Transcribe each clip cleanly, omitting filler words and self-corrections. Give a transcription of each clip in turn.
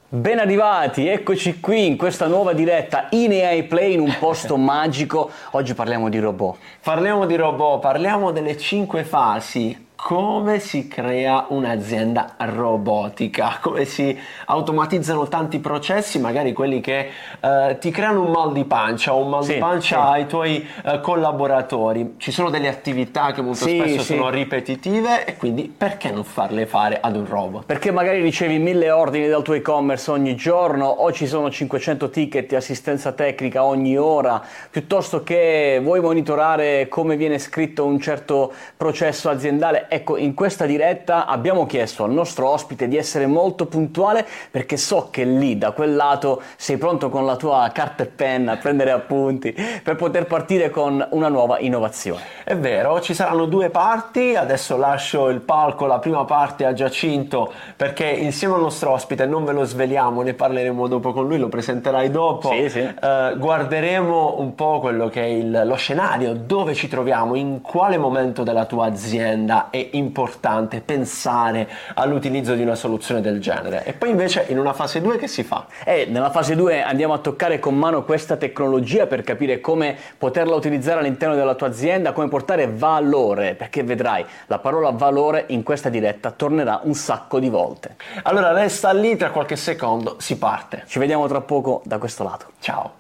Ben arrivati, eccoci qui in questa nuova diretta in AI Play in un posto magico. Oggi parliamo di robot. Parliamo delle 5 fasi. Come si crea un'azienda robotica, come si automatizzano tanti processi, magari quelli che ti creano un mal di pancia o un mal di pancia ai tuoi collaboratori. Ci sono delle attività che molto spesso sono ripetitive e quindi perché non farle fare ad un robot? Perché magari ricevi 1000 ordini dal tuo e-commerce ogni giorno o ci sono 500 ticket di assistenza tecnica ogni ora, piuttosto che vuoi monitorare come viene scritto un certo processo aziendale. Ecco, in questa diretta abbiamo chiesto al nostro ospite di essere molto puntuale perché so che lì, da quel lato, sei pronto con la tua carta e penna a prendere appunti per poter partire con una nuova innovazione. È vero, ci saranno 2 parti, adesso lascio il palco, la prima parte a Giacinto perché insieme al nostro ospite, non ve lo sveliamo, ne parleremo dopo con lui, lo presenterai dopo, guarderemo un po' quello che è lo scenario, dove ci troviamo, in quale momento della tua azienda è importante pensare all'utilizzo di una soluzione del genere. E poi invece in una fase 2 che si fa? Nella fase 2 andiamo a toccare con mano questa tecnologia per capire come poterla utilizzare all'interno della tua azienda, come portare valore, perché vedrai, la parola valore in questa diretta tornerà un sacco di volte. Allora resta lì, tra qualche secondo si parte. Ci vediamo tra poco da questo lato. Ciao.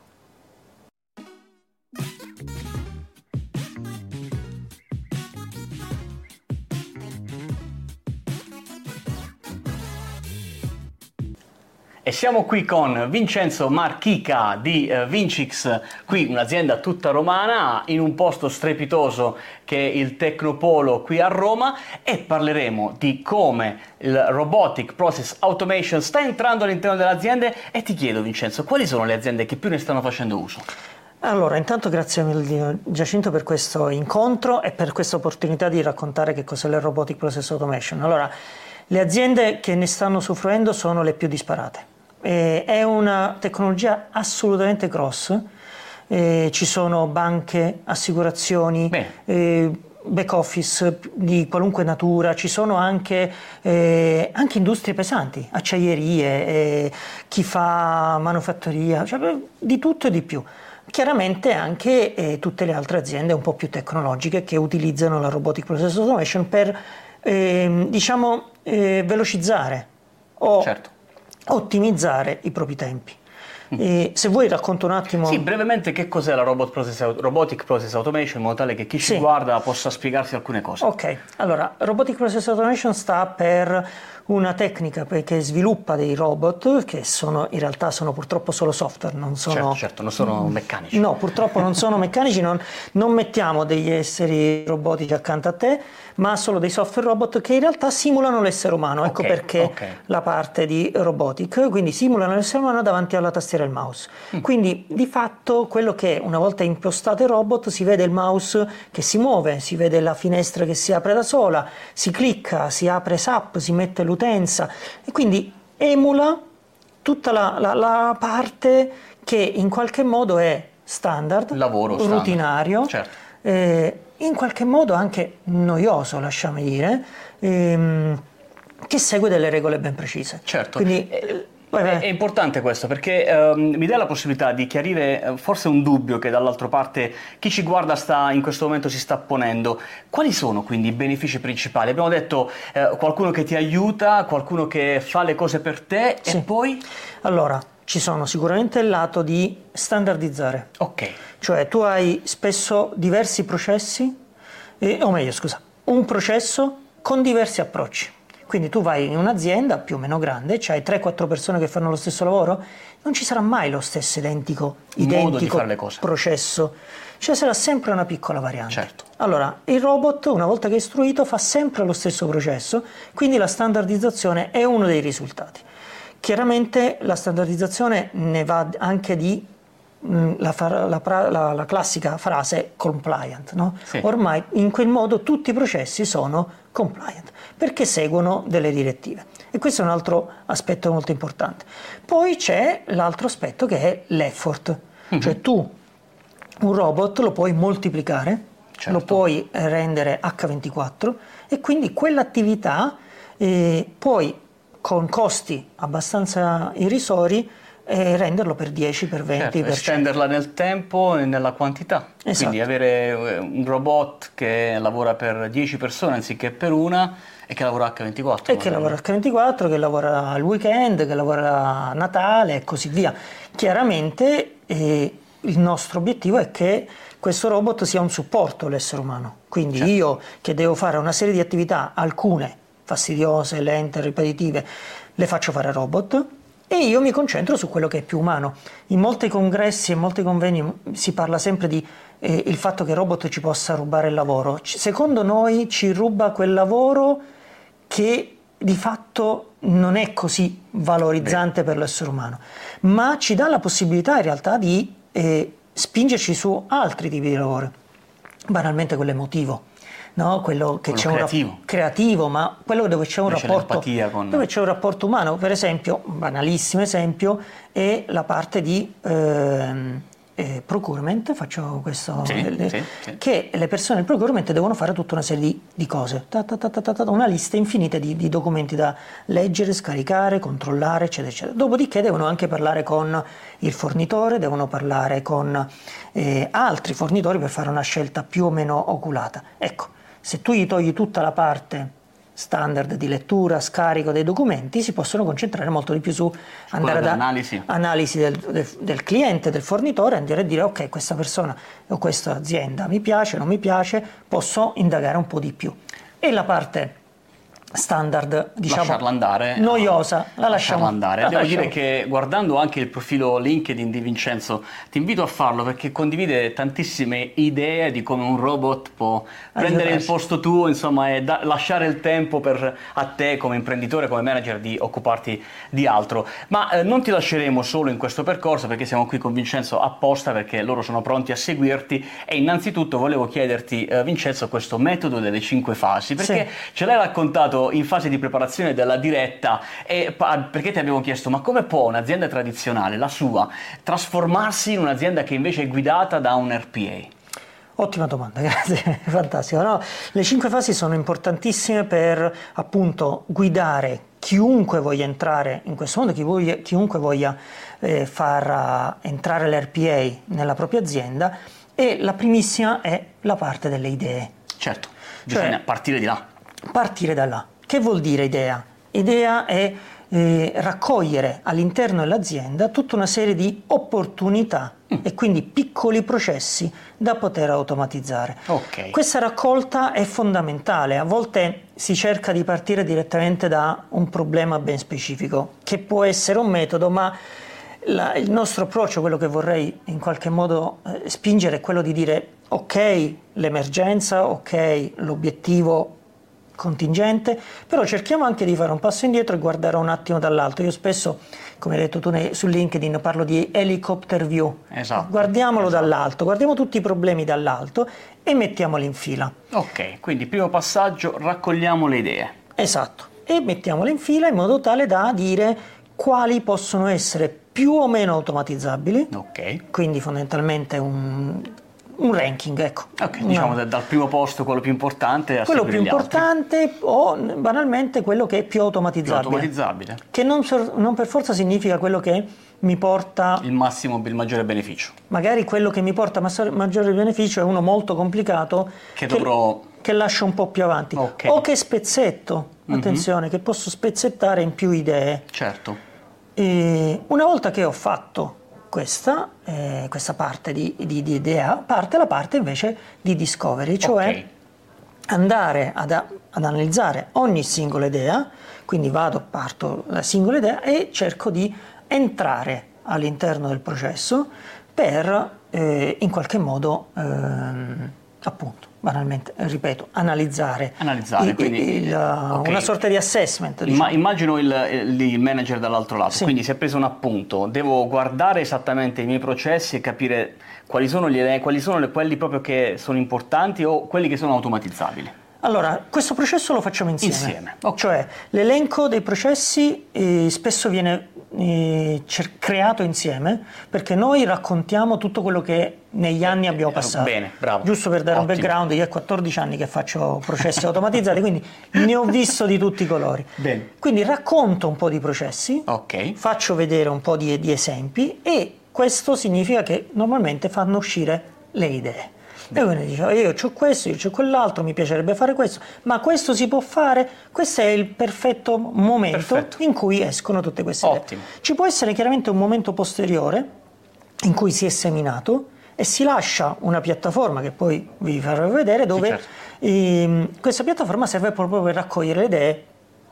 E siamo qui con Vincenzo Marchica di Vincix, qui un'azienda tutta romana, in un posto strepitoso che è il Tecnopolo qui a Roma, e parleremo di come il Robotic Process Automation sta entrando all'interno delle aziende. E ti chiedo, Vincenzo, quali sono le aziende che più ne stanno facendo uso? Allora, intanto grazie mille Giacinto per questo incontro e per questa opportunità di raccontare che cos'è il Robotic Process Automation. Allora, le aziende che ne stanno usufruendo sono le più disparate. È una tecnologia assolutamente cross, ci sono banche, assicurazioni, back office di qualunque natura, ci sono anche industrie pesanti, acciaierie, chi fa manufattoria, cioè di tutto e di più. Chiaramente anche tutte le altre aziende un po' più tecnologiche che utilizzano la Robotic Process Automation per velocizzare o ottimizzare i propri tempi. Se vuoi racconto un attimo. Sì, brevemente che cos'è la Robotic Process Automation, in modo tale che chi ci guarda possa spiegarsi alcune cose. Ok, allora Robotic Process Automation sta per una tecnica che sviluppa dei robot che in realtà sono purtroppo solo software, non sono non sono meccanici. No, purtroppo non sono meccanici, non mettiamo degli esseri robotici accanto a te, ma solo dei software robot che in realtà simulano l'essere umano. Ecco perché la parte di robotic, quindi simulano l'essere umano davanti alla tastiera e il mouse. Quindi di fatto quello che una volta impostato il robot, si vede il mouse che si muove, si vede la finestra che si apre da sola, si clicca, si apre SAP, si mette l'utenza e quindi emula tutta la parte che in qualche modo è standard, rutinario, in qualche modo anche noioso, lasciami dire, che segue delle regole ben precise. Quindi è importante questo perché mi dà la possibilità di chiarire forse un dubbio che dall'altra parte chi ci guarda in questo momento si sta ponendo. Quali sono quindi i benefici principali? Abbiamo detto qualcuno che ti aiuta, qualcuno che fa le cose per te e poi? Allora, ci sono sicuramente il lato di standardizzare. Cioè tu hai spesso diversi processi, un processo con diversi approcci. Quindi tu vai in un'azienda più o meno grande, c'hai 3-4 persone che fanno lo stesso lavoro, non ci sarà mai lo stesso identico modo di fare le cose. Processo, cioè sarà sempre una piccola variante. Allora, il robot, una volta che è istruito, fa sempre lo stesso processo, quindi la standardizzazione è uno dei risultati. Chiaramente la standardizzazione ne va anche di la classica frase compliant, no? Ormai in quel modo tutti i processi sono compliant perché seguono delle direttive, e questo è un altro aspetto molto importante. Poi c'è l'altro aspetto che è l'effort, cioè tu un robot lo puoi moltiplicare, lo puoi rendere H24 e quindi quell'attività puoi con costi abbastanza irrisori e renderlo per 10, per 20%. Certo, estenderla nel tempo e nella quantità. Esatto. Quindi avere un robot che lavora per 10 persone anziché per una e che lavora H24. E che lavora H24, che lavora al weekend, che lavora a Natale e così via. Chiaramente il nostro obiettivo è che questo robot sia un supporto all'essere umano. Quindi certo. Io che devo fare una serie di attività, alcune fastidiose, lente, ripetitive, le faccio fare al robot e io mi concentro su quello che è più umano. In molti congressi e molti convegni si parla sempre di il fatto che il robot ci possa rubare il lavoro. Secondo noi ci ruba quel lavoro che di fatto non è così valorizzante per l'essere umano, ma ci dà la possibilità in realtà di spingerci su altri tipi di lavoro, banalmente quello emotivo, no? Quello che c'è creativo, ma quello dove c'è un rapporto, dove c'è un rapporto umano. Per esempio, un banalissimo esempio è la parte di procurement, faccio questo, che le persone del procurement devono fare tutta una serie di cose, una lista infinita di documenti da leggere, scaricare, controllare, eccetera, eccetera. Dopodiché devono anche parlare con il fornitore, devono parlare con altri fornitori per fare una scelta più o meno oculata. Ecco, se tu gli togli tutta la parte standard di lettura, scarico dei documenti, si possono concentrare molto di più su andare ad analisi del cliente, del fornitore, andare a dire ok, questa persona o questa azienda mi piace, non mi piace, posso indagare un po' di più. E la parte standard, diciamo, lasciarla andare, noiosa, la lasciamo andare. Devo dire che guardando anche il profilo LinkedIn di Vincenzo, ti invito a farlo perché condivide tantissime idee di come un robot può prendere il posto tuo, insomma, e lasciare il tempo a te come imprenditore, come manager, di occuparti di altro. Ma non ti lasceremo solo in questo percorso, perché siamo qui con Vincenzo apposta, perché loro sono pronti a seguirti. E innanzitutto volevo chiederti, Vincenzo, questo metodo delle 5 fasi, perché ce l'hai raccontato in fase di preparazione della diretta, e perché ti abbiamo chiesto ma come può un'azienda tradizionale, la sua, trasformarsi in un'azienda che invece è guidata da un RPA? Ottima domanda, grazie, fantastico. No, le 5 fasi sono importantissime per appunto guidare chiunque voglia entrare in questo mondo, chiunque voglia far entrare l'RPA nella propria azienda, e la primissima è la parte delle idee. Certo, bisogna partire di là. Partire da là. Che vuol dire idea? Idea è raccogliere all'interno dell'azienda tutta una serie di opportunità e quindi piccoli processi da poter automatizzare. Okay. Questa raccolta è fondamentale. A volte si cerca di partire direttamente da un problema ben specifico, che può essere un metodo, ma il nostro approccio, quello che vorrei in qualche modo spingere, è quello di dire ok, l'emergenza, ok, l'obiettivo contingente, però cerchiamo anche di fare un passo indietro e guardare un attimo dall'alto. Io spesso, come hai detto tu su LinkedIn, parlo di helicopter view. Esatto. Guardiamolo dall'alto, guardiamo tutti i problemi dall'alto e mettiamoli in fila. Ok, quindi primo passaggio, raccogliamo le idee. Esatto, e mettiamole in fila in modo tale da dire quali possono essere più o meno automatizzabili. Ok. Quindi fondamentalmente un ranking, ecco. Ok, diciamo dal primo posto quello più importante a quello più importante o banalmente quello che è più automatizzabile. Che non per forza significa quello che mi porta il maggiore beneficio. Magari quello che mi porta maggiore beneficio è uno molto complicato che lascio un po' più avanti. Okay. O che spezzetto, attenzione, che posso spezzettare in più idee. Certo. E una volta che ho fatto questa parte di idea, parte la parte invece di discovery, cioè andare ad analizzare ogni singola idea, quindi parto da singola idea e cerco di entrare all'interno del processo per in qualche modo appunto, banalmente, ripeto, analizzare quindi, una sorta di assessment. Diciamo. Immagino il manager dall'altro lato, quindi si è preso un appunto, devo guardare esattamente i miei processi e capire quali sono le idee, quelli proprio che sono importanti o quelli che sono automatizzabili. Allora, questo processo lo facciamo insieme. Okay. Cioè, l'elenco dei processi spesso viene creato insieme, perché noi raccontiamo tutto quello che negli anni abbiamo passato. Bene, bravo. Giusto per dare un background, io ho 14 anni che faccio processi automatizzati, quindi ne ho visto di tutti i colori. Bene. Quindi racconto un po' di processi, faccio vedere un po' di esempi, e questo significa che normalmente fanno uscire le idee. E quindi dicevo, io c'ho questo, io c'ho quell'altro, mi piacerebbe fare questo, ma questo si può fare? Questo è il perfetto momento in cui escono tutte queste idee. Ci può essere chiaramente un momento posteriore in cui si è seminato e si lascia una piattaforma che poi vi farò vedere, dove questa piattaforma serve proprio per raccogliere le idee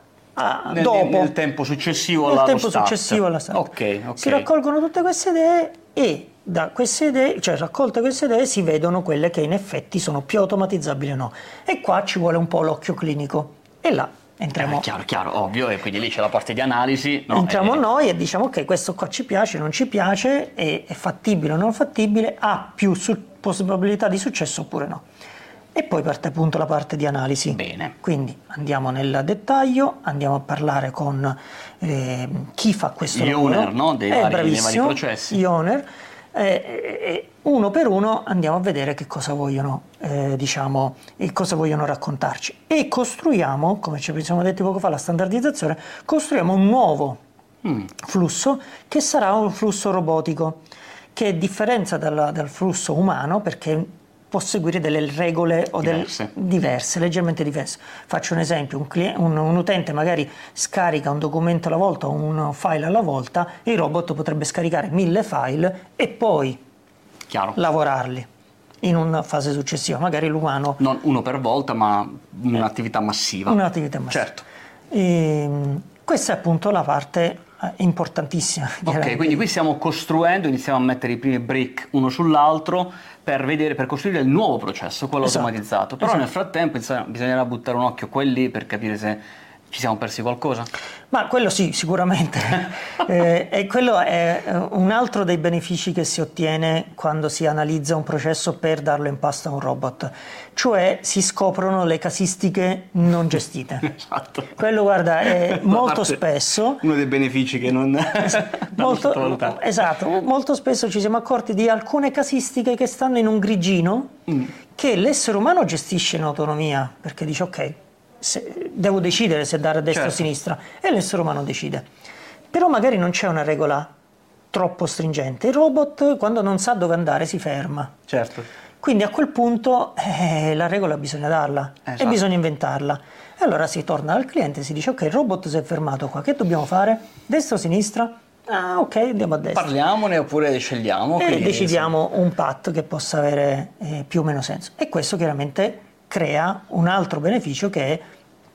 nel tempo successivo alla start. Si raccolgono tutte queste idee, e da queste idee, cioè raccolte queste idee, si vedono quelle che in effetti sono più automatizzabili o no, e qua ci vuole un po' l'occhio clinico, e là entriamo chiaro, ovvio, e quindi lì c'è la parte di analisi, entriamo noi e diciamo ok, questo qua ci piace, non ci piace, è fattibile o non fattibile, ha più possibilità di successo oppure no. E poi parte appunto la parte di analisi. Bene. Quindi andiamo nel dettaglio, andiamo a parlare con chi fa questo lavoro. Gli owner, no? dei vari processi. Gli owner. Uno per uno andiamo a vedere che cosa vogliono, cosa vogliono raccontarci. E costruiamo, come ci siamo detti poco fa, la standardizzazione, costruiamo un nuovo flusso che sarà un flusso robotico, che è differenza dal flusso umano, perché può seguire delle regole diverse, leggermente diverse. Faccio un esempio: un utente magari scarica un documento alla volta o un file alla volta, il robot potrebbe scaricare 1000 file e poi lavorarli in una fase successiva, magari l'umano... Non uno per volta, ma un'attività massiva. Certo. Questa è appunto la parte importantissima. Ok, quindi qui stiamo costruendo, iniziamo a mettere i primi brick uno sull'altro per costruire il nuovo processo, quello automatizzato. Però nel frattempo bisognerà buttare un occhio quelli per capire se ci siamo persi qualcosa. Ma quello sì, sicuramente. E quello è un altro dei benefici che si ottiene quando si analizza un processo per darlo in pasto a un robot. Cioè si scoprono le casistiche non gestite. Esatto. Quello, guarda, è molto spesso... Uno dei benefici che non sottovalutare. Esatto, molto spesso ci siamo accorti di alcune casistiche che stanno in un grigino che l'essere umano gestisce in autonomia, perché dice ok, devo decidere se dare a destra o a sinistra, e l'essere umano decide. Però magari non c'è una regola troppo stringente. Il robot, quando non sa dove andare, si ferma. Certo. Quindi a quel punto la regola bisogna darla e bisogna inventarla. E allora si torna al cliente e si dice ok, il robot si è fermato qua, che dobbiamo fare? Destra o sinistra? Ah, ok, andiamo a destra. Parliamone oppure scegliamo. E decidiamo un path che possa avere più o meno senso. E questo chiaramente crea un altro beneficio, che è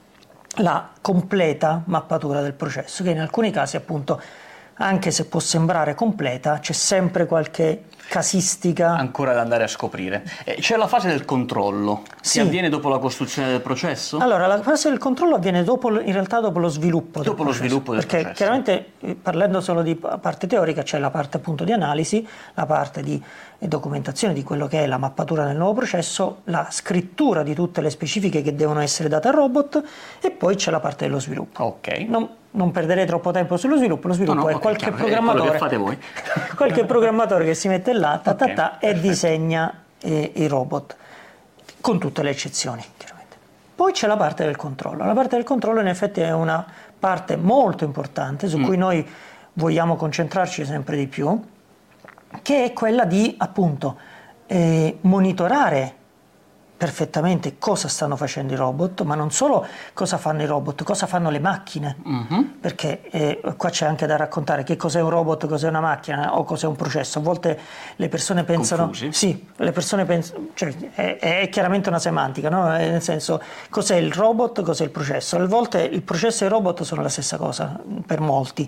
la completa mappatura del processo, che in alcuni casi appunto, anche se può sembrare completa, c'è sempre qualche casistica ancora da andare a scoprire. C'è la fase del controllo, che avviene dopo la costruzione del processo? Allora, la fase del controllo avviene in realtà dopo lo sviluppo del processo, perché chiaramente, parlando solo di parte teorica, c'è la parte appunto di analisi, la parte di documentazione di quello che è la mappatura del nuovo processo, la scrittura di tutte le specifiche che devono essere date al robot, e poi c'è la parte dello sviluppo. Ok. Non perderei troppo tempo sullo sviluppo. Lo sviluppo è qualche programmatore, che fate voi. qualche programmatore che si mette là e disegna i robot, con tutte le eccezioni chiaramente. Poi c'è la parte del controllo. La parte del controllo in effetti è una parte molto importante su cui noi vogliamo concentrarci sempre di più, che è quella di appunto monitorare perfettamente cosa stanno facendo i robot, ma non solo cosa fanno i robot, cosa fanno le macchine, perché qua c'è anche da raccontare che cos'è un robot, cos'è una macchina o cos'è un processo. A volte le persone pensano... Confusi? Sì, le persone pensano... Cioè, è chiaramente una semantica, no? Nel senso, cos'è il robot, cos'è il processo. A volte il processo e il robot sono la stessa cosa, per molti.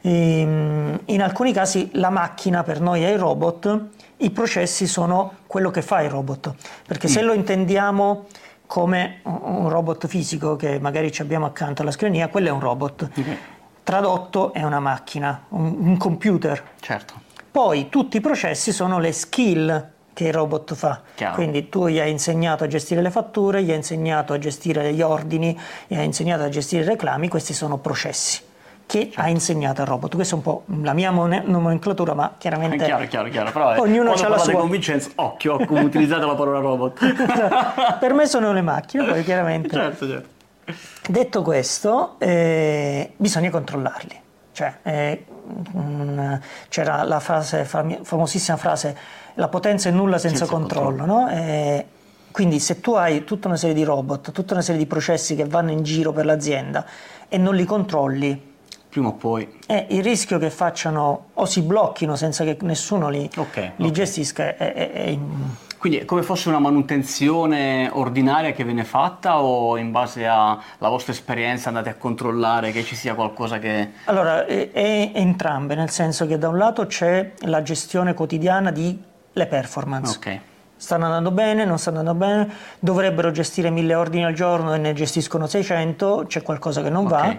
In alcuni casi la macchina per noi è il robot, i processi sono quello che fa il robot, perché se lo intendiamo come un robot fisico che magari ci abbiamo accanto alla scrivania, quello è un robot. Tradotto è una macchina, un computer. Certo. Poi tutti i processi sono le skill che il robot fa. Chiaro. Quindi tu gli hai insegnato a gestire le fatture, gli hai insegnato a gestire gli ordini, gli hai insegnato a gestire i reclami, questi sono processi. che ha insegnato al robot. Questa è un po' la mia nomenclatura, ma chiaramente chiaro, però ognuno ha la sua. Con Vincenzo, occhio come utilizzate la parola robot. Per me sono le macchine, poi chiaramente. Certo. Detto questo, bisogna controllarli. Cioè, c'era la famosissima frase, la potenza è nulla senza controllo, no? Quindi se tu hai tutta una serie di robot, tutta una serie di processi che vanno in giro per l'azienda e non li controlli, prima o poi il rischio che facciano o si blocchino senza che nessuno li gestisca è Quindi è come fosse una manutenzione ordinaria che viene fatta, o in base alla vostra esperienza andate a controllare che ci sia qualcosa che... Allora, è entrambe, nel senso che da un lato c'è la gestione quotidiana di le performance. Ok. Stanno andando bene, non stanno andando bene, dovrebbero gestire 1000 ordini al giorno e ne gestiscono 600, c'è qualcosa che non va.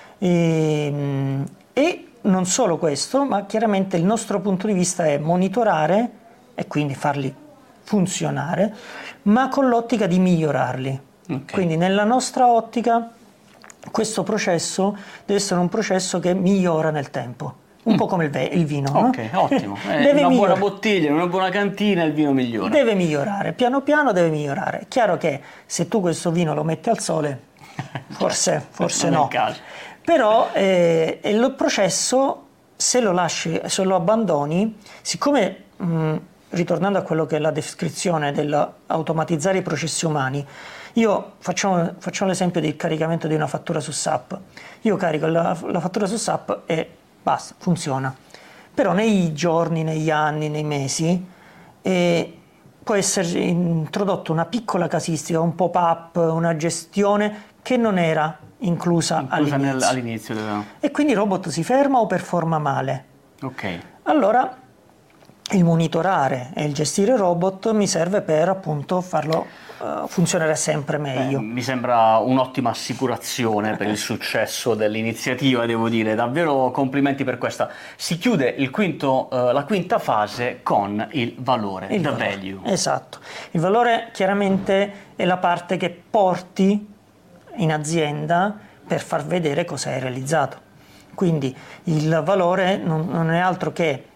E non solo questo, ma chiaramente il nostro punto di vista è monitorare e quindi farli funzionare, ma con l'ottica di migliorarli. Quindi nella nostra ottica questo processo deve essere un processo che migliora nel tempo. Un po' come il vino, no? Ok, ottimo. Una buona bottiglia, una buona cantina, il vino migliora. Deve migliorare, piano piano deve migliorare. È chiaro che se tu questo vino lo metti al sole, forse no. Però il processo, se lo lasci, se lo abbandoni, siccome, ritornando a quello che è la descrizione dell'automatizzare i processi umani, facciamo l'esempio del caricamento di una fattura su SAP. Io carico la fattura su SAP e basta, funziona. Però nei giorni, negli anni, nei mesi può essere introdotta una piccola casistica, un pop-up, una gestione che non era inclusa all'inizio. E quindi il robot si ferma o performa male. Allora il monitorare e il gestire il robot mi serve per appunto farlo funzionare sempre meglio. Mi sembra un'ottima assicurazione per il successo dell'iniziativa, devo dire, davvero complimenti per questa. Si chiude la quinta fase con il valore, il value. Esatto, il valore chiaramente è la parte che porti in azienda per far vedere cosa hai realizzato. Quindi il valore non è altro che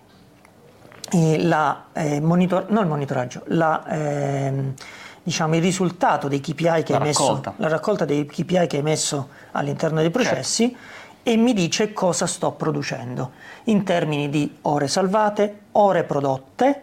il risultato dei KPI che hai messo, la raccolta dei KPI che hai messo all'interno dei processi, e mi dice cosa sto producendo in termini di ore salvate, ore prodotte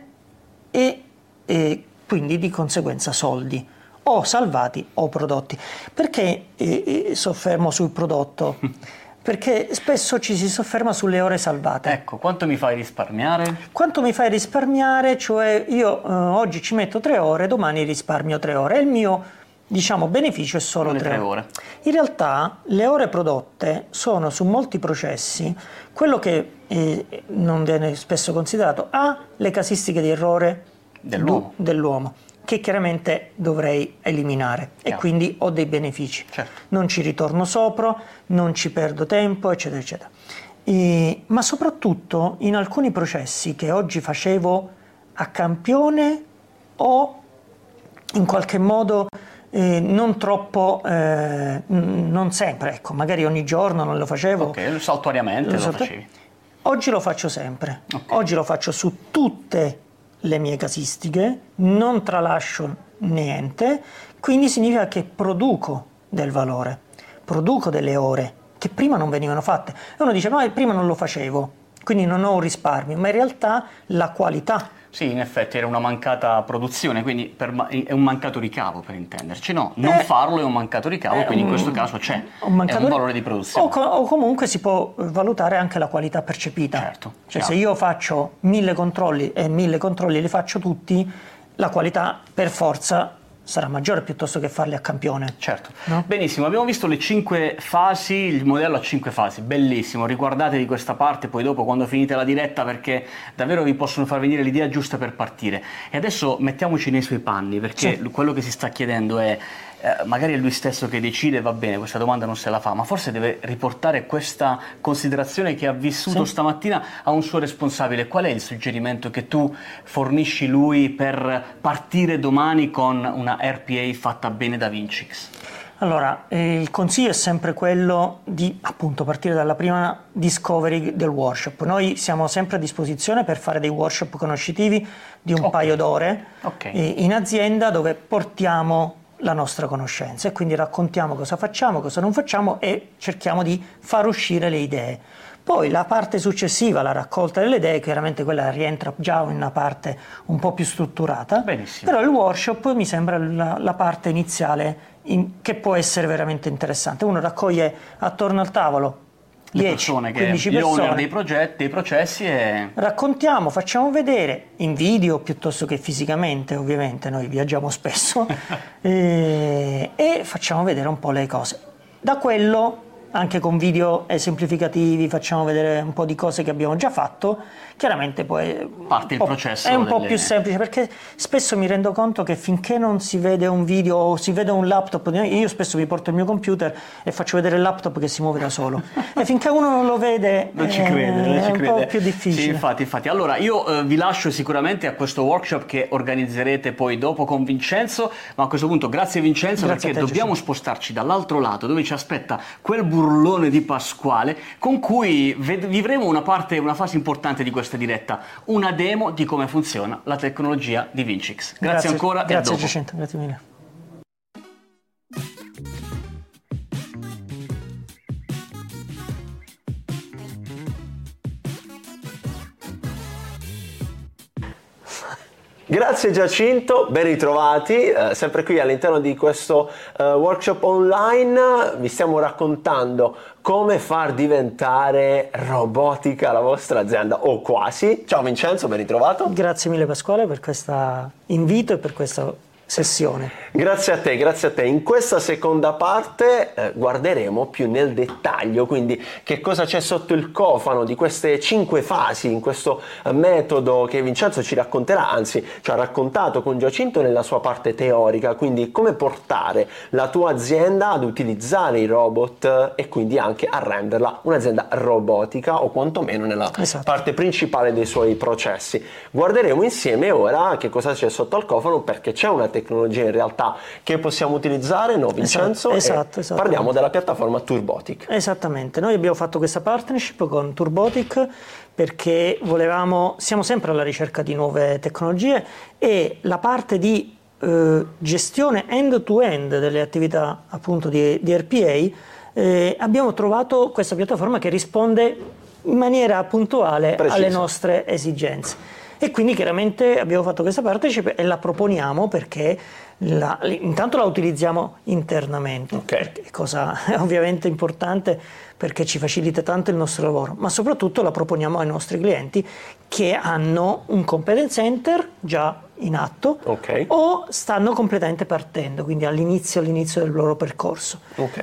e quindi di conseguenza soldi o salvati o prodotti. Perché soffermo sul prodotto? Perché spesso ci si sofferma sulle ore salvate. Ecco, quanto mi fai risparmiare? Quanto mi fai risparmiare? Cioè io oggi ci metto 3 ore, domani risparmio 3 ore. E il mio, beneficio è solo 3 ore. In realtà le ore prodotte sono su molti processi quello che non viene spesso considerato, le casistiche di errore dell'uomo, che chiaramente dovrei eliminare e quindi ho dei benefici. Non ci ritorno sopra, non ci perdo tempo, eccetera, eccetera. Ma soprattutto in alcuni processi che oggi facevo a campione o in qualche modo non troppo, non sempre, ecco, magari ogni giorno non lo facevo. Saltuariamente lo facevi. Oggi lo faccio sempre. Oggi lo faccio su tutte le mie casistiche, non tralascio niente, quindi significa che produco del valore, produco delle ore che prima non venivano fatte. E uno dice, ma prima non lo facevo, quindi non ho un risparmio, ma in realtà la qualità. Sì, in effetti era una mancata produzione, quindi è un mancato ricavo, per intenderci. No, non farlo è un mancato ricavo, quindi in questo caso c'è un valore di produzione. O comunque si può valutare anche la qualità percepita. Cioè se io faccio 1000 controlli e 1000 controlli li faccio tutti, la qualità per forza sarà maggiore piuttosto che farli a campione. No? Benissimo, abbiamo visto le 5 fasi, il modello a 5 fasi, bellissimo, riguardatevi questa parte poi dopo quando finite la diretta, perché davvero vi possono far venire l'idea giusta per partire. E adesso mettiamoci nei suoi panni, perché quello che si sta chiedendo è, magari è lui stesso che decide, va bene, questa domanda non se la fa, ma forse deve riportare questa considerazione che ha vissuto stamattina a un suo responsabile. Qual è il suggerimento che tu fornisci lui per partire domani con una RPA fatta bene da Vincix? Allora, il consiglio è sempre quello di appunto partire dalla prima discovery del workshop. Noi siamo sempre a disposizione per fare dei workshop conoscitivi di un paio d'ore in azienda, dove portiamo la nostra conoscenza e quindi raccontiamo cosa facciamo, cosa non facciamo e cerchiamo di far uscire le idee. Poi la parte successiva, la raccolta delle idee, chiaramente quella rientra già in una parte un po' più strutturata. Benissimo. Però il workshop mi sembra la parte iniziale che può essere veramente interessante. Uno raccoglie attorno al tavolo 10, persone, 15 gli persone, owner dei processi e raccontiamo, facciamo vedere in video piuttosto che fisicamente, ovviamente noi viaggiamo spesso e facciamo vedere un po' le cose. Da quello, anche con video esemplificativi, facciamo vedere un po' di cose che abbiamo già fatto. Chiaramente poi parte il processo è un po' più semplice, perché spesso mi rendo conto che finché non si vede un video o si vede un laptop, io spesso mi porto il mio computer e faccio vedere il laptop che si muove da solo e finché uno non lo vede non ci crede, è un po' più difficile. Sì, infatti. Allora io vi lascio sicuramente a questo workshop che organizzerete poi dopo con Vincenzo, ma a questo punto grazie Vincenzo, perché dobbiamo spostarci dall'altro lato dove ci aspetta quel burlone di Pasquale con cui vivremo una fase importante di questa diretta, una demo di come funziona la tecnologia di Vincix. Grazie ancora e a dopo. Giacinto, grazie mille. Grazie Giacinto, ben ritrovati, sempre qui all'interno di questo workshop online. Vi stiamo raccontando come far diventare robotica la vostra azienda, o quasi. Ciao Vincenzo, ben ritrovato. Grazie mille Pasquale per questo invito e per questa sessione. Grazie a te. In questa seconda parte guarderemo più nel dettaglio, quindi che cosa c'è sotto il cofano di queste 5 fasi in questo metodo che Vincenzo ci racconterà, anzi ci ha raccontato con Giacinto nella sua parte teorica, quindi come portare la tua azienda ad utilizzare i robot e quindi anche a renderla un'azienda robotica, o quantomeno nella parte principale dei suoi processi. Guarderemo insieme ora che cosa c'è sotto al cofano, perché c'è una tecnologia in realtà che possiamo utilizzare, no Vincenzo? Esatto. Parliamo della piattaforma Turbotic. Esattamente, noi abbiamo fatto questa partnership con Turbotic perché siamo sempre alla ricerca di nuove tecnologie e la parte di gestione end-to-end delle attività appunto di RPA, abbiamo trovato questa piattaforma che risponde in maniera puntuale alle nostre esigenze. E quindi chiaramente abbiamo fatto questa partnership e la proponiamo perché intanto la utilizziamo internamente, cosa ovviamente importante perché ci facilita tanto il nostro lavoro, ma soprattutto la proponiamo ai nostri clienti che hanno un competence center già in atto o stanno completamente partendo, quindi all'inizio del loro percorso.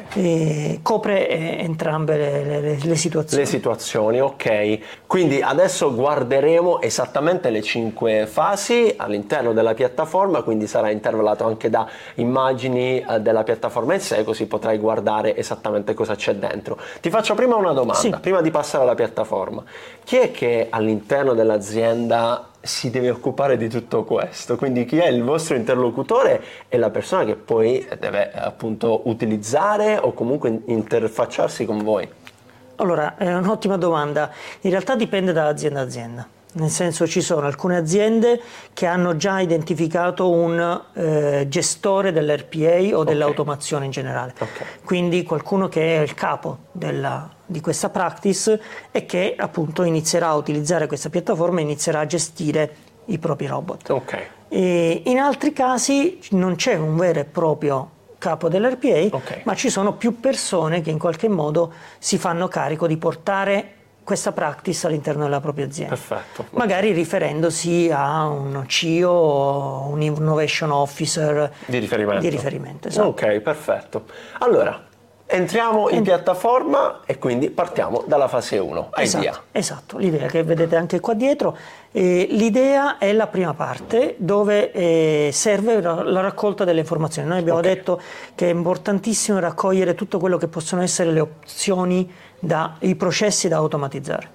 E copre entrambe le situazioni. Le situazioni, Quindi adesso guarderemo esattamente le 5 fasi all'interno della piattaforma, quindi sarà intervallato anche da immagini della piattaforma in sé, così potrai guardare esattamente cosa c'è dentro. Ti faccio prima una domanda, prima di passare alla piattaforma. Chi è che all'interno dell'azienda si deve occupare di tutto questo? Quindi chi è il vostro interlocutore e la persona che poi deve appunto utilizzare o comunque interfacciarsi con voi? Allora, è un'ottima domanda. In realtà dipende da azienda a azienda. Nel senso, ci sono alcune aziende che hanno già identificato un gestore dell'RPA o dell'automazione in generale. Quindi qualcuno che è il capo di questa practice e che appunto inizierà a utilizzare questa piattaforma e inizierà a gestire i propri robot. E in altri casi non c'è un vero e proprio capo dell'RPA, ma ci sono più persone che in qualche modo si fanno carico di portare questa practice all'interno della propria azienda. Magari riferendosi a un CEO o un Innovation Officer di riferimento. Ok, perfetto. Allora, entriamo in piattaforma e quindi partiamo dalla fase 1. Esatto, l'idea che vedete anche qua dietro. L'idea è la prima parte dove serve la raccolta delle informazioni. Noi abbiamo detto che è importantissimo raccogliere tutto quello che possono essere le opzioni, i processi da automatizzare.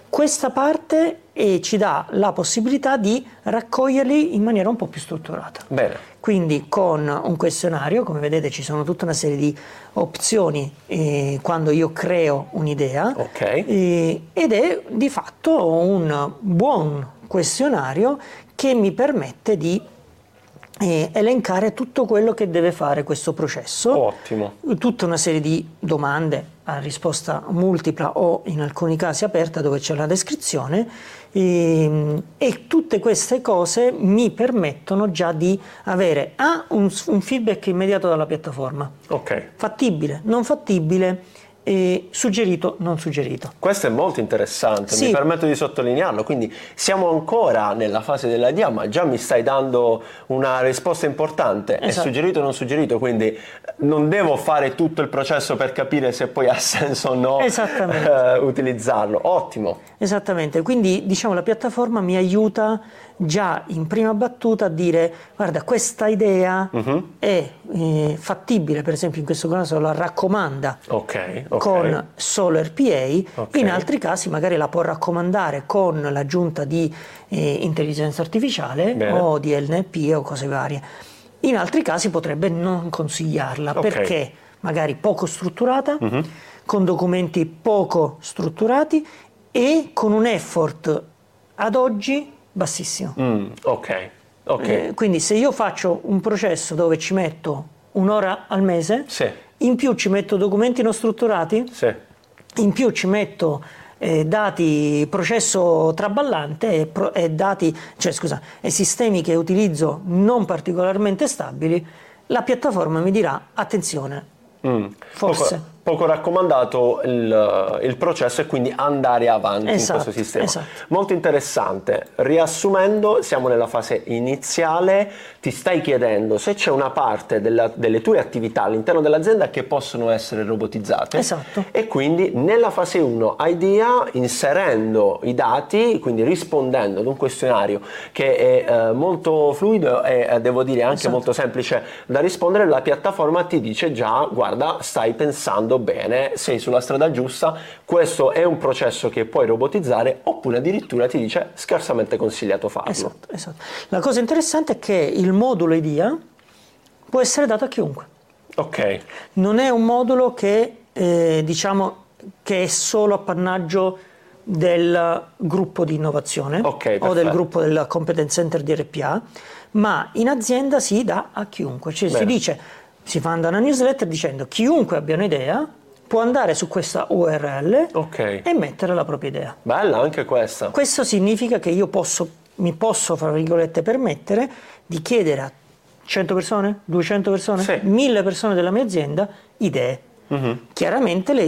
questa parte ci dà la possibilità di raccoglierli in maniera un po' più strutturata. Bene. Quindi con un questionario, come vedete ci sono tutta una serie di opzioni quando io creo un'idea, ed è di fatto un buon questionario che mi permette di elencare tutto quello che deve fare questo processo. Ottimo. Tutta una serie di domande a risposta multipla o in alcuni casi aperta dove c'è la descrizione, e tutte queste cose mi permettono già di avere un feedback immediato dalla piattaforma. Fattibile, non fattibile, suggerito, non suggerito. Questo è molto interessante, mi permetto di sottolinearlo. Quindi siamo ancora nella fase dell'idea, ma già mi stai dando una risposta importante. È suggerito o non suggerito, quindi non devo fare tutto il processo per capire se poi ha senso o no utilizzarlo. Ottimo. Esattamente, quindi diciamo la piattaforma mi aiuta già in prima battuta a dire: guarda, questa idea è fattibile, per esempio in questo caso la raccomanda con Solo RPA, in altri casi magari la può raccomandare con l'aggiunta di intelligenza artificiale o di NLP o cose varie. In altri casi potrebbe non consigliarla perché magari poco strutturata, con documenti poco strutturati e con un effort ad oggi bassissimo. Quindi se io faccio un processo dove ci metto un'ora al mese, in più ci metto documenti non strutturati, in più ci metto dati, processo traballante e sistemi che utilizzo non particolarmente stabili, la piattaforma mi dirà: attenzione, forse poco raccomandato il processo, e quindi andare avanti in questo sistema. Molto interessante. Riassumendo, siamo nella fase iniziale, ti stai chiedendo se c'è una parte delle tue attività all'interno dell'azienda che possono essere robotizzate, e quindi nella fase 1 idea, inserendo i dati, quindi rispondendo ad un questionario che è molto fluido e devo dire anche molto semplice da rispondere, la piattaforma ti dice già: guarda, stai pensando bene, sei sulla strada giusta, questo è un processo che puoi robotizzare, oppure addirittura ti dice scarsamente consigliato farlo. La cosa interessante è che il modulo idea può essere dato a chiunque. Non è un modulo che diciamo che è solo appannaggio del gruppo di innovazione o del gruppo del Competence Center di RPA, ma in azienda si dà a chiunque, cioè si dice, si manda una newsletter dicendo: chiunque abbia un'idea può andare su questa URL e mettere la propria idea. Bella anche questa. Questo significa che io mi posso, fra virgolette, permettere di chiedere a 100 persone, 200 persone, 1000 persone della mia azienda idee. Chiaramente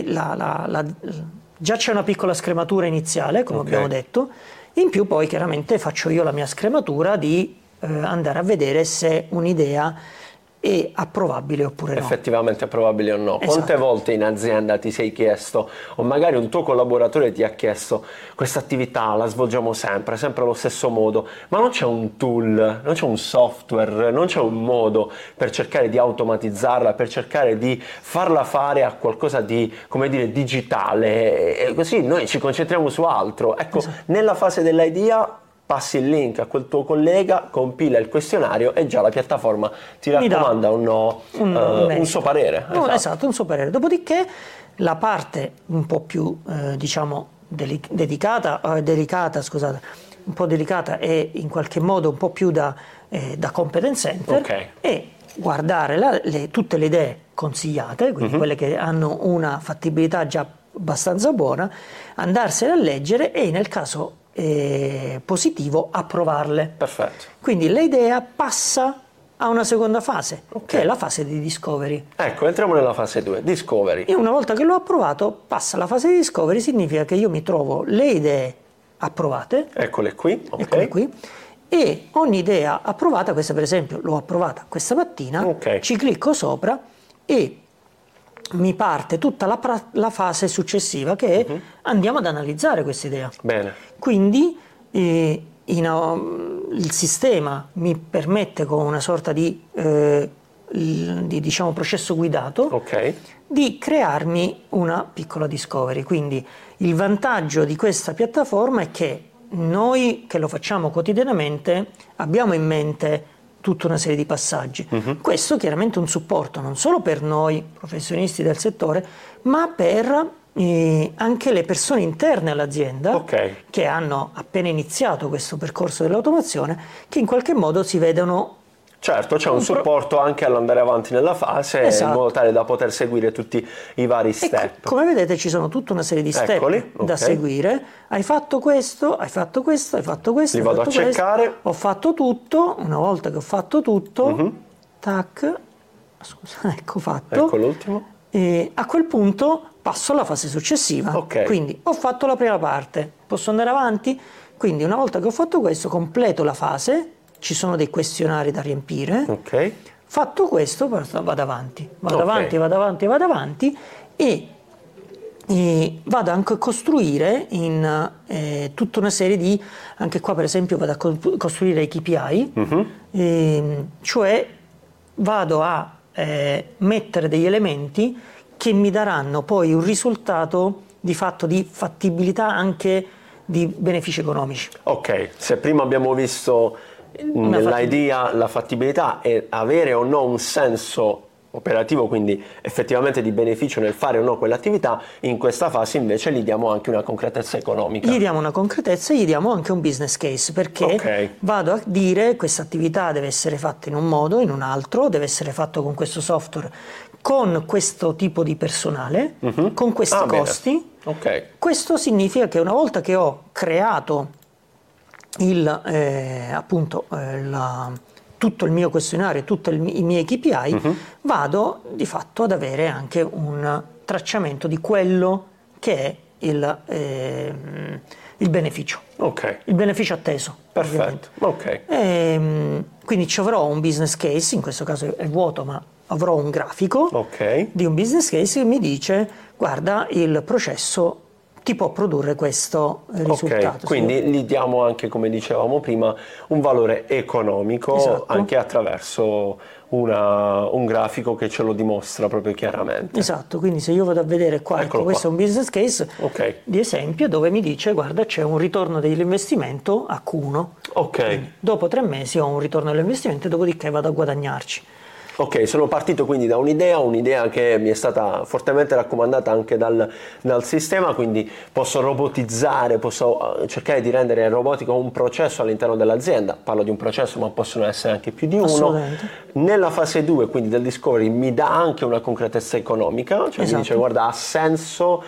già c'è una piccola scrematura iniziale, come abbiamo detto, in più poi chiaramente faccio io la mia scrematura di andare a vedere se un'idea è approvabile oppure no. Effettivamente approvabile o no. Quante volte in azienda ti sei chiesto, o magari un tuo collaboratore ti ha chiesto: questa attività la svolgiamo sempre allo stesso modo, ma non c'è un tool, non c'è un software, non c'è un modo per cercare di automatizzarla, per cercare di farla fare a qualcosa di, come dire, digitale, e così noi ci concentriamo su altro. Ecco, nella fase dell'idea passi il link a quel tuo collega, compila il questionario e già la piattaforma ti raccomanda un suo parere. Un suo parere. Dopodiché la parte un po' più delicata e in qualche modo un po' più da Competence Center è guardare tutte le idee consigliate, quindi quelle che hanno una fattibilità già abbastanza buona, andarsene a leggere e nel caso positivo approvarle. Perfetto. Quindi l'idea passa a una seconda fase, che è la fase di discovery. Ecco, entriamo nella fase 2, discovery. E una volta che l'ho approvato, passa alla fase di discovery, significa che io mi trovo le idee approvate. Eccole qui. Eccole qui. E ogni idea approvata, questa per esempio l'ho approvata questa mattina, ci clicco sopra e mi parte tutta la fase successiva, che è andiamo ad analizzare questa idea. Bene. Quindi il sistema mi permette, con una sorta di diciamo processo guidato, di crearmi una piccola discovery. Quindi il vantaggio di questa piattaforma è che noi che lo facciamo quotidianamente abbiamo in mente tutta una serie di passaggi. Questo chiaramente è un supporto non solo per noi professionisti del settore, ma per anche le persone interne all'azienda che hanno appena iniziato questo percorso dell'automazione, che in qualche modo si vedono. Certo, c'è un supporto anche all'andare avanti nella fase, in modo tale da poter seguire tutti i vari step. Come vedete ci sono tutta una serie di step da seguire. Hai fatto questo, hai fatto questo, hai fatto questo. Li vado a cercare. Ho fatto tutto. Una volta che ho fatto tutto, tac, scusa, ecco fatto. Ecco l'ultimo. E a quel punto passo alla fase successiva. Quindi ho fatto la prima parte, posso andare avanti? Quindi una volta che ho fatto questo, completo la fase. Ci sono dei questionari da riempire. Fatto questo, vado avanti, vado avanti e vado anche a costruire in tutta una serie di, anche qua per esempio vado a costruire i KPI, cioè vado a mettere degli elementi che mi daranno poi un risultato di fatto di fattibilità anche di benefici economici. Se prima abbiamo visto nell'idea la fattibilità e avere o no un senso operativo, quindi effettivamente di beneficio nel fare o no quell'attività, in questa fase invece gli diamo anche una concretezza economica. Gli diamo una concretezza e gli diamo anche un business case, perché vado a dire questa attività deve essere fatta in un modo, in un altro, deve essere fatto con questo software, con questo tipo di personale, con questi costi. Questo significa che una volta che ho creato tutto il mio questionario, tutti i miei KPI, vado di fatto ad avere anche un tracciamento di quello che è il beneficio. Il beneficio atteso. Perfetto. Quindi ci avrò un business case, in questo caso è vuoto, ma avrò un grafico di un business case che mi dice: guarda, il processo ti può produrre questo risultato. Quindi gli diamo anche, come dicevamo prima, un valore economico, anche attraverso un grafico che ce lo dimostra proprio chiaramente. Quindi se io vado a vedere qua, questo è un business case di esempio dove mi dice: guarda, c'è un ritorno dell'investimento a Q1. Quindi, dopo 3 mesi ho un ritorno dell'investimento, dopodiché vado a guadagnarci. Sono partito quindi da un'idea che mi è stata fortemente raccomandata anche dal sistema, quindi posso robotizzare, posso cercare di rendere robotico un processo all'interno dell'azienda. Parlo di un processo, ma possono essere anche più di uno. Nella fase 2, quindi del discovery, mi dà anche una concretezza economica, cioè mi dice: guarda, ha senso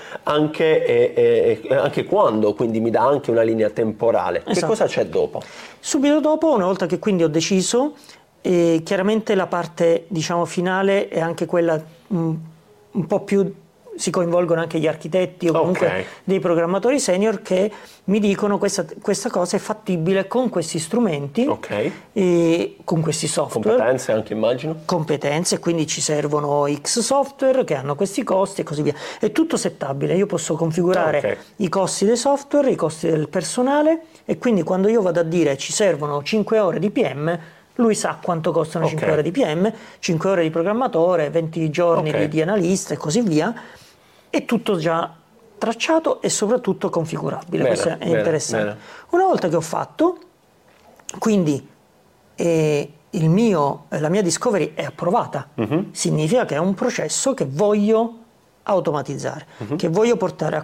anche quando, quindi mi dà anche una linea temporale. Che cosa c'è dopo? Subito dopo, una volta che quindi ho deciso, e chiaramente la parte finale è anche quella un po' più, si coinvolgono anche gli architetti o comunque dei programmatori senior che mi dicono: questa cosa è fattibile con questi strumenti e con questi software. Competenze anche, immagino. Competenze, quindi ci servono X software che hanno questi costi e così via. È tutto settabile, io posso configurare i costi dei software, i costi del personale, e quindi quando io vado a dire ci servono 5 ore di PM, lui sa quanto costano 5 ore di PM, 5 ore di programmatore, 20 giorni di analista e così via. È tutto già tracciato e soprattutto configurabile. Questo è interessante. Una volta che ho fatto, quindi la mia discovery è approvata, significa che è un processo che voglio automatizzare, che voglio portare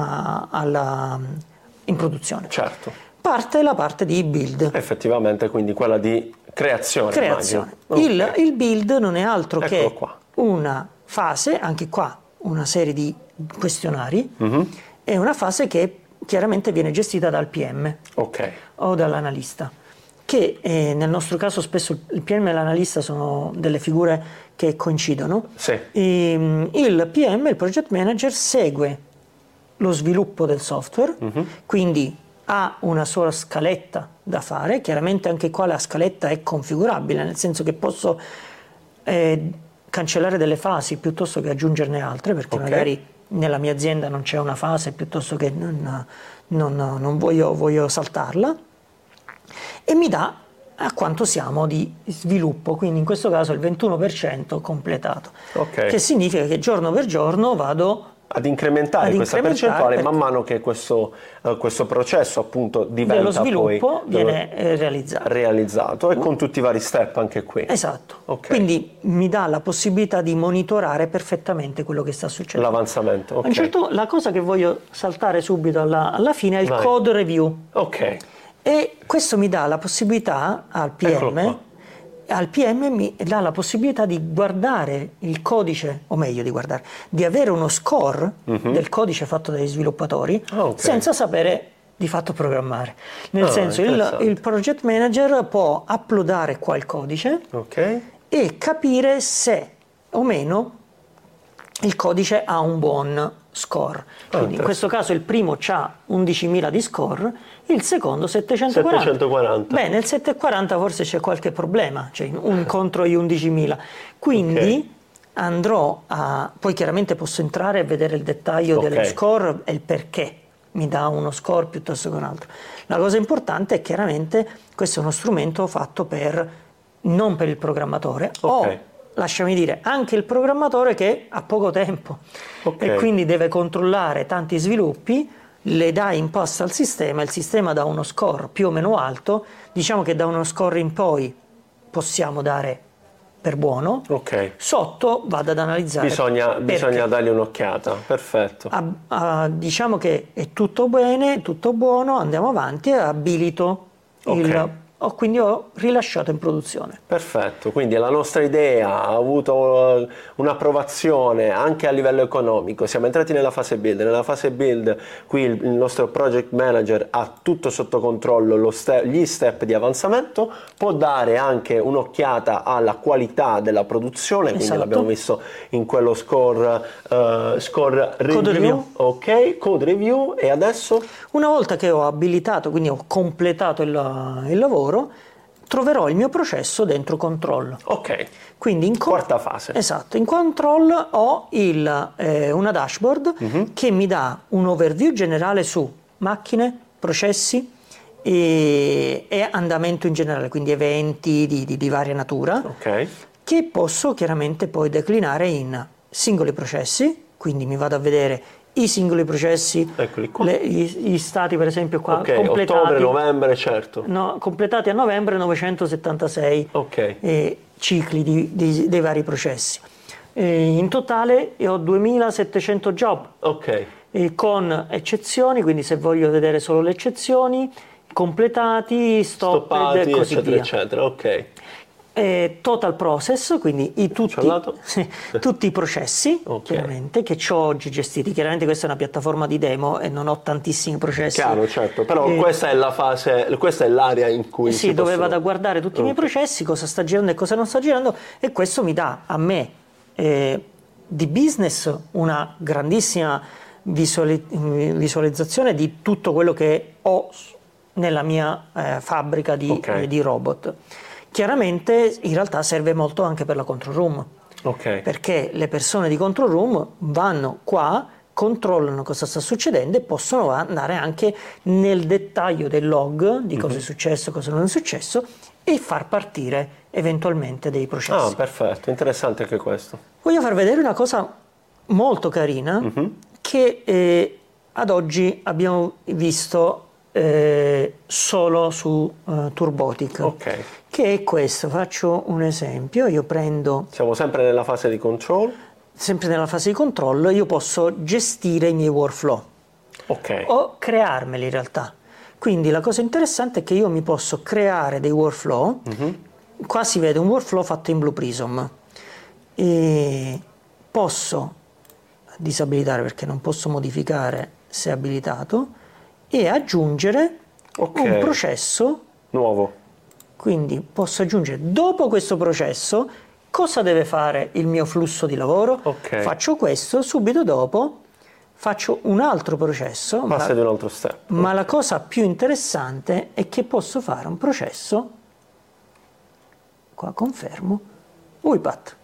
in produzione. Parte la parte di build. Effettivamente, quindi quella di creazione. Il build non è altro che una fase, anche qua una serie di questionari, è una fase che chiaramente viene gestita dal PM o dall'analista, che nel nostro caso spesso il PM e l'analista sono delle figure che coincidono. Il PM, il project manager, segue lo sviluppo del software, quindi ha una sua scaletta da fare. Chiaramente anche qua la scaletta è configurabile, nel senso che posso cancellare delle fasi piuttosto che aggiungerne altre, perché magari nella mia azienda non c'è una fase, piuttosto che non voglio saltarla, e mi dà a quanto siamo di sviluppo, quindi in questo caso il 21% completato, che significa che giorno per giorno vado ad incrementare questa percentuale man mano che questo processo appunto diventa dello sviluppo poi viene realizzato e con tutti i vari step anche qui. Esatto. Quindi mi dà la possibilità di monitorare perfettamente quello che sta succedendo. L'avanzamento. La cosa che voglio saltare subito alla fine è il code review. E questo mi dà la possibilità al PM mi dà la possibilità di guardare il codice, o meglio di avere uno score del codice fatto dagli sviluppatori senza sapere di fatto programmare. Nel senso, il project manager può uploadare qua il codice e capire se o meno il codice ha un buon score. Quindi in questo caso il primo ha 11.000 di score, il secondo 740. Beh, nel 740 forse c'è qualche problema, cioè contro gli 11.000. Quindi andrò poi chiaramente posso entrare e vedere il dettaglio dello score e il perché mi dà uno score piuttosto che un altro. La cosa importante è chiaramente questo è uno strumento fatto non per il programmatore, lasciami dire, anche il programmatore che ha poco tempo e quindi deve controllare tanti sviluppi, le dà imposta al sistema, il sistema dà uno score più o meno alto, diciamo che da uno score in poi possiamo dare per buono, sotto vado ad analizzare. Bisogna dargli un'occhiata, perfetto. Diciamo che è tutto bene, tutto buono, andiamo avanti e abilito quindi ho rilasciato in produzione. Perfetto, quindi la nostra idea ha avuto un'approvazione anche a livello economico, siamo entrati nella fase build. Nella fase build qui il nostro project manager ha tutto sotto controllo, gli step di avanzamento, può dare anche un'occhiata alla qualità della produzione, quindi l'abbiamo visto in quello score review. Code review. E adesso? Una volta che ho abilitato, quindi ho completato il lavoro, troverò il mio processo dentro control. Quindi quarta fase. Esatto, in control ho una dashboard che mi dà un overview generale su macchine, processi e andamento in generale, quindi eventi di varia natura, che posso chiaramente poi declinare in singoli processi, quindi mi vado a vedere i singoli processi, gli stati per esempio qua completati, ottobre, novembre, completati a novembre 976 cicli dei vari processi. In totale ho 2700 job, con eccezioni, quindi se voglio vedere solo le eccezioni, completati, stoppati e così via. Total process, quindi tutti i processi chiaramente che ho oggi gestiti. Chiaramente questa è una piattaforma di demo e non ho tantissimi processi. Chiaro, certo, però questa è la fase, questa è l'area in cui dove vado a guardare tutti i miei processi, cosa sta girando e cosa non sta girando, e questo mi dà a me di business una grandissima visualizzazione di tutto quello che ho nella mia fabbrica di robot. Chiaramente in realtà serve molto anche per la control room, perché le persone di control room vanno qua, controllano cosa sta succedendo e possono andare anche nel dettaglio del log di cosa è successo, cosa non è successo e far partire eventualmente dei processi. Perfetto, interessante anche questo. Voglio far vedere una cosa molto carina che ad oggi abbiamo visto solo su Turbotic, che è questo. Faccio un esempio, siamo sempre nella fase di control. Sempre nella fase di controllo, io posso gestire i miei workflow o crearmeli in realtà. Quindi la cosa interessante è che io mi posso creare dei workflow. Qua si vede un workflow fatto in Blue Prism e posso disabilitare perché non posso modificare se è abilitato e aggiungere un processo nuovo. Quindi posso aggiungere dopo questo processo cosa deve fare il mio flusso di lavoro. Faccio questo, subito dopo faccio un altro processo. Passa ad un altro step. Ma la cosa più interessante è che posso fare un processo, qua confermo, UiPath.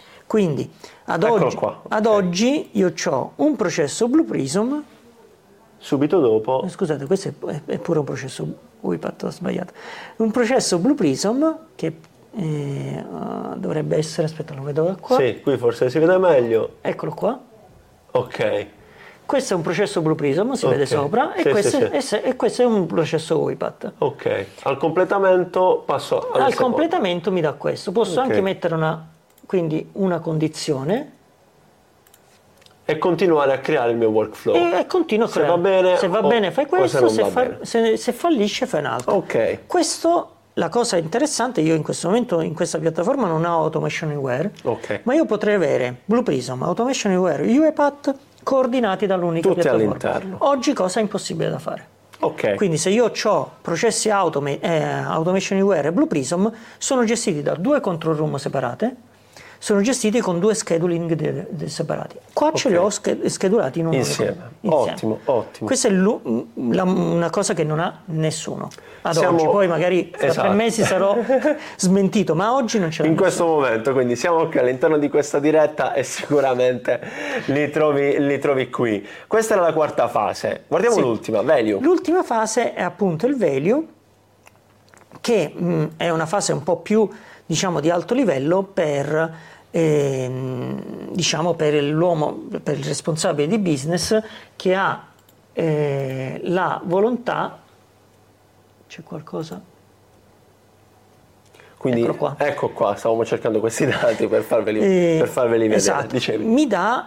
Quindi ad oggi io ho un processo Blue Prism subito dopo... Scusate, questo è pure un processo UiPath, ho sbagliato. Un processo Blue Prism che dovrebbe essere, aspetta, lo vedo qua. Sì, qui forse si vede meglio. Eccolo qua. Ok. Questo è un processo Blue Prism, si vede sopra, e questo è un processo UiPath. Ok, al completamento passo al completamento mi dà questo. Posso anche mettere una condizione e continuare a creare il mio workflow. E continuo a creare. Se va bene fai questo, se fallisce fai un altro. Ok. Questo, la cosa interessante, io in questo momento in questa piattaforma non ho Automation Anywhere, ma io potrei avere Blue Prism, Automation Anywhere, UiPath coordinati dall'unica piattaforma. All'interno. Oggi cosa è impossibile da fare. Okay. Quindi se io ho processi Automation Anywhere e Blue Prism, sono gestiti da 2 control room separate, sono gestiti con 2 scheduling separati. Qua ce li ho schedulati in un insieme. Ottimo. Questa è una cosa che non ha nessuno ad oggi. Poi magari tra 3 mesi sarò smentito, ma oggi non ce l'ha. In questo momento, quindi siamo qui all'interno di questa diretta e sicuramente li trovi qui. Questa era la quarta fase. Guardiamo l'ultima, value. L'ultima fase è appunto il value, che è una fase un po' più, diciamo, di alto livello per l'uomo, per il responsabile di business che ha la volontà. C'è qualcosa? Quindi ecco qua, stavamo cercando questi dati per farveli vedere. Esatto. Mi dà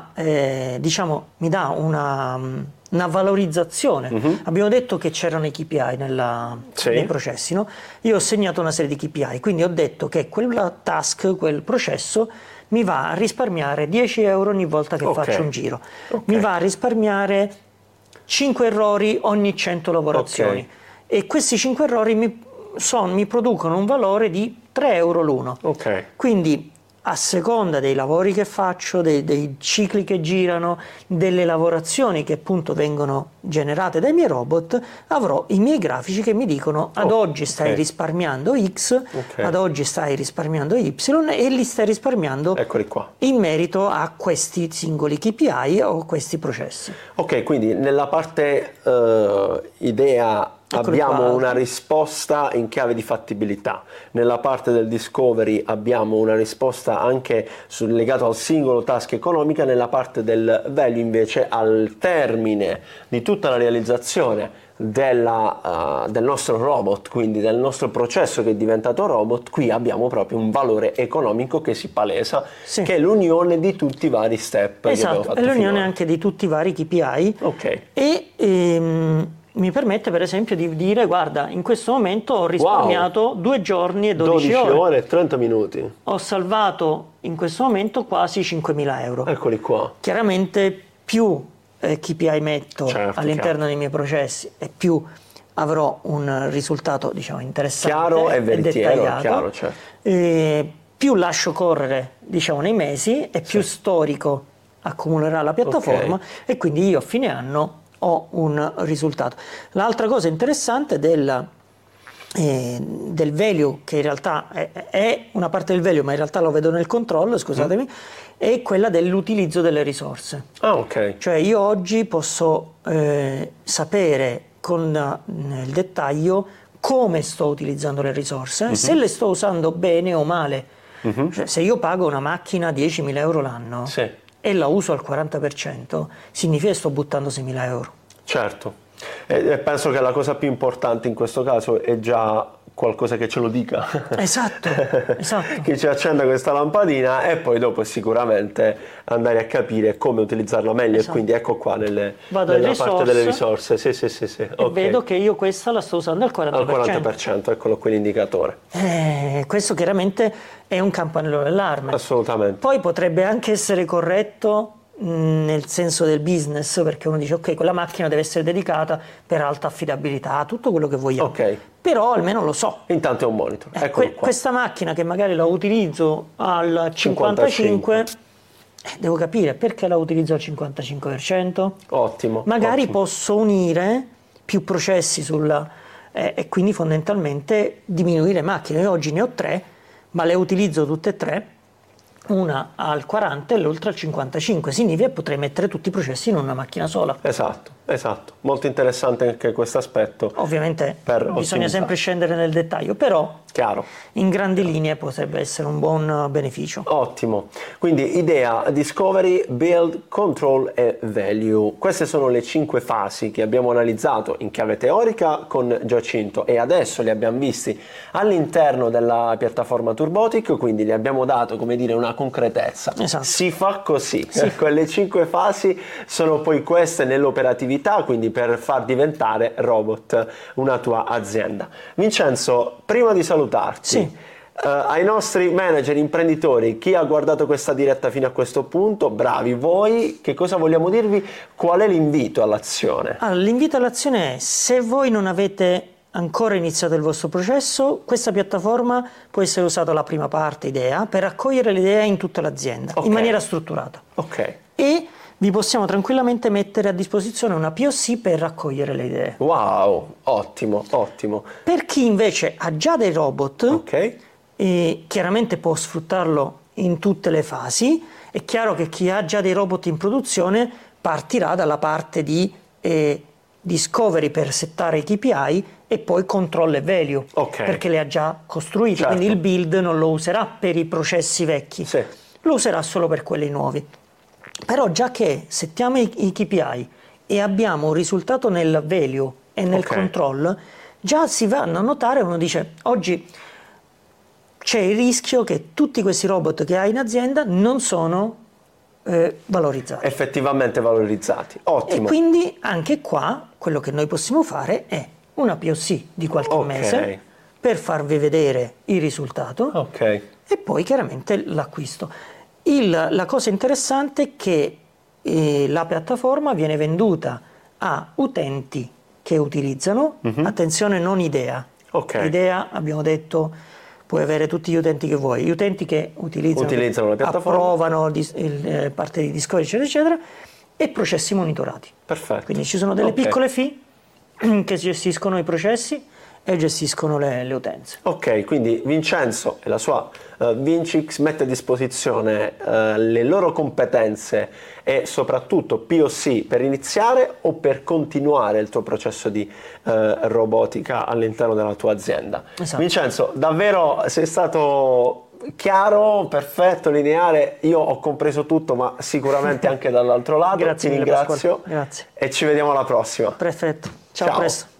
una valorizzazione. Abbiamo detto che c'erano i KPI nei processi, no? Io ho segnato una serie di KPI, quindi ho detto che quella task, quel processo mi va a risparmiare 10 euro ogni volta che faccio un giro, mi va a risparmiare 5 errori ogni 100 lavorazioni, e questi 5 errori mi producono un valore di 3 euro l'uno. Quindi a seconda dei lavori che faccio, dei cicli che girano, delle lavorazioni che appunto vengono generate dai miei robot, avrò i miei grafici che mi dicono ad oggi stai risparmiando X, ad oggi stai risparmiando Y, e li stai risparmiando in merito a questi singoli KPI o questi processi. Ok, quindi nella parte idea abbiamo una risposta in chiave di fattibilità, nella parte del discovery abbiamo una risposta anche legata al singolo task economica, nella parte del value invece al termine di tutta la realizzazione del nostro robot, quindi del nostro processo che è diventato robot, qui abbiamo proprio un valore economico che si palesa, che è l'unione di tutti i vari step. Esatto, è l'unione anche di tutti i vari KPI. E mi permette per esempio di dire: guarda, in questo momento ho risparmiato 2 giorni e 12 ore e 30 minuti. Ho salvato in questo momento quasi 5.000 euro. Eccoli qua. Chiaramente più KPI metto all'interno dei miei processi e più avrò un risultato, diciamo, interessante, chiaro e dettagliato. Chiaro, più lascio correre, diciamo, nei mesi, e più storico accumulerà la piattaforma, e quindi io a fine anno ho un risultato. L'altra cosa interessante del value, che in realtà è una parte del value, ma in realtà lo vedo nel controllo, scusatemi, è quella dell'utilizzo delle risorse. Cioè io oggi posso sapere nel dettaglio come sto utilizzando le risorse, se le sto usando bene o male. Cioè, se io pago una macchina 10.000 euro l'anno e la uso al 40%, significa che sto buttando 6.000 euro. Certo, e penso che la cosa più importante in questo caso è già qualcosa che ce lo dica. Esatto. Che ci accenda questa lampadina, e poi dopo sicuramente andare a capire come utilizzarla meglio. E quindi ecco qua nella parte delle risorse. Sì. E vedo che io questa la sto usando al 40%. Al 40%, eccolo qui l'indicatore. Questo chiaramente è un campanello d'allarme. Assolutamente. Poi potrebbe anche essere corretto nel senso del business, perché uno dice: ok, quella macchina deve essere dedicata per alta affidabilità, tutto quello che vogliamo, però almeno lo so. Intanto è un monitor. Questa macchina che magari la utilizzo al 55, devo capire perché la utilizzo al 55%. Ottimo. Magari posso unire più processi e quindi fondamentalmente diminuire macchine. Io oggi ne ho 3, ma le utilizzo tutte e 3, una al 40 e l'altra al 55, significa che potrei mettere tutti i processi in una macchina sola. Esatto, molto interessante anche questo aspetto. Ovviamente bisogna sempre scendere nel dettaglio, però chiaro, in grandi linee potrebbe essere un buon beneficio. Ottimo, quindi idea, discovery, build, control e value. Queste sono le 5 fasi che abbiamo analizzato in chiave teorica con Giacinto e adesso li abbiamo visti all'interno della piattaforma Turbotic, quindi gli abbiamo dato, come dire, una concretezza. Esatto. Si fa così, quelle 5 fasi sono poi queste nell'operatività, quindi per far diventare robot una tua azienda. Vincenzo, prima di salutarti, ai nostri manager, imprenditori, chi ha guardato questa diretta fino a questo punto, bravi voi, che cosa vogliamo dirvi? Qual è l'invito all'azione? Allora, l'invito all'azione è: se voi non avete ancora iniziato il vostro processo, questa piattaforma può essere usata la prima parte, idea, per raccogliere l'idea in tutta l'azienda, in maniera strutturata. E vi possiamo tranquillamente mettere a disposizione una POC per raccogliere le idee. Wow, ottimo. Per chi invece ha già dei robot, chiaramente può sfruttarlo in tutte le fasi. È chiaro che chi ha già dei robot in produzione partirà dalla parte di discovery per settare i KPI e poi control e value, perché le ha già costruiti, quindi il build non lo userà per i processi vecchi, lo userà solo per quelli nuovi. Però già che settiamo i KPI e abbiamo un risultato nel value e nel control, già si vanno a notare, uno dice: oggi c'è il rischio che tutti questi robot che hai in azienda non sono valorizzati. Effettivamente valorizzati, ottimo. E quindi anche qua quello che noi possiamo fare è una POC di qualche mese per farvi vedere il risultato e poi chiaramente l'acquisto. La cosa interessante è che la piattaforma viene venduta a utenti che utilizzano, attenzione, non idea. Idea, abbiamo detto, puoi avere tutti gli utenti che vuoi, gli utenti che utilizzano la piattaforma, approvano parte di discovery eccetera, e processi monitorati. Perfetto. Quindi ci sono delle piccole fee che gestiscono i processi e gestiscono le utenze. Quindi Vincenzo e la sua Vincix mette a disposizione le loro competenze e soprattutto POC per iniziare o per continuare il tuo processo di robotica all'interno della tua azienda. Vincenzo, davvero sei stato chiaro, perfetto, lineare, io ho compreso tutto, ma sicuramente anche dall'altro lato. Grazie ti mille, ringrazio. Grazie. E ci vediamo alla prossima. Perfetto, ciao. A presto.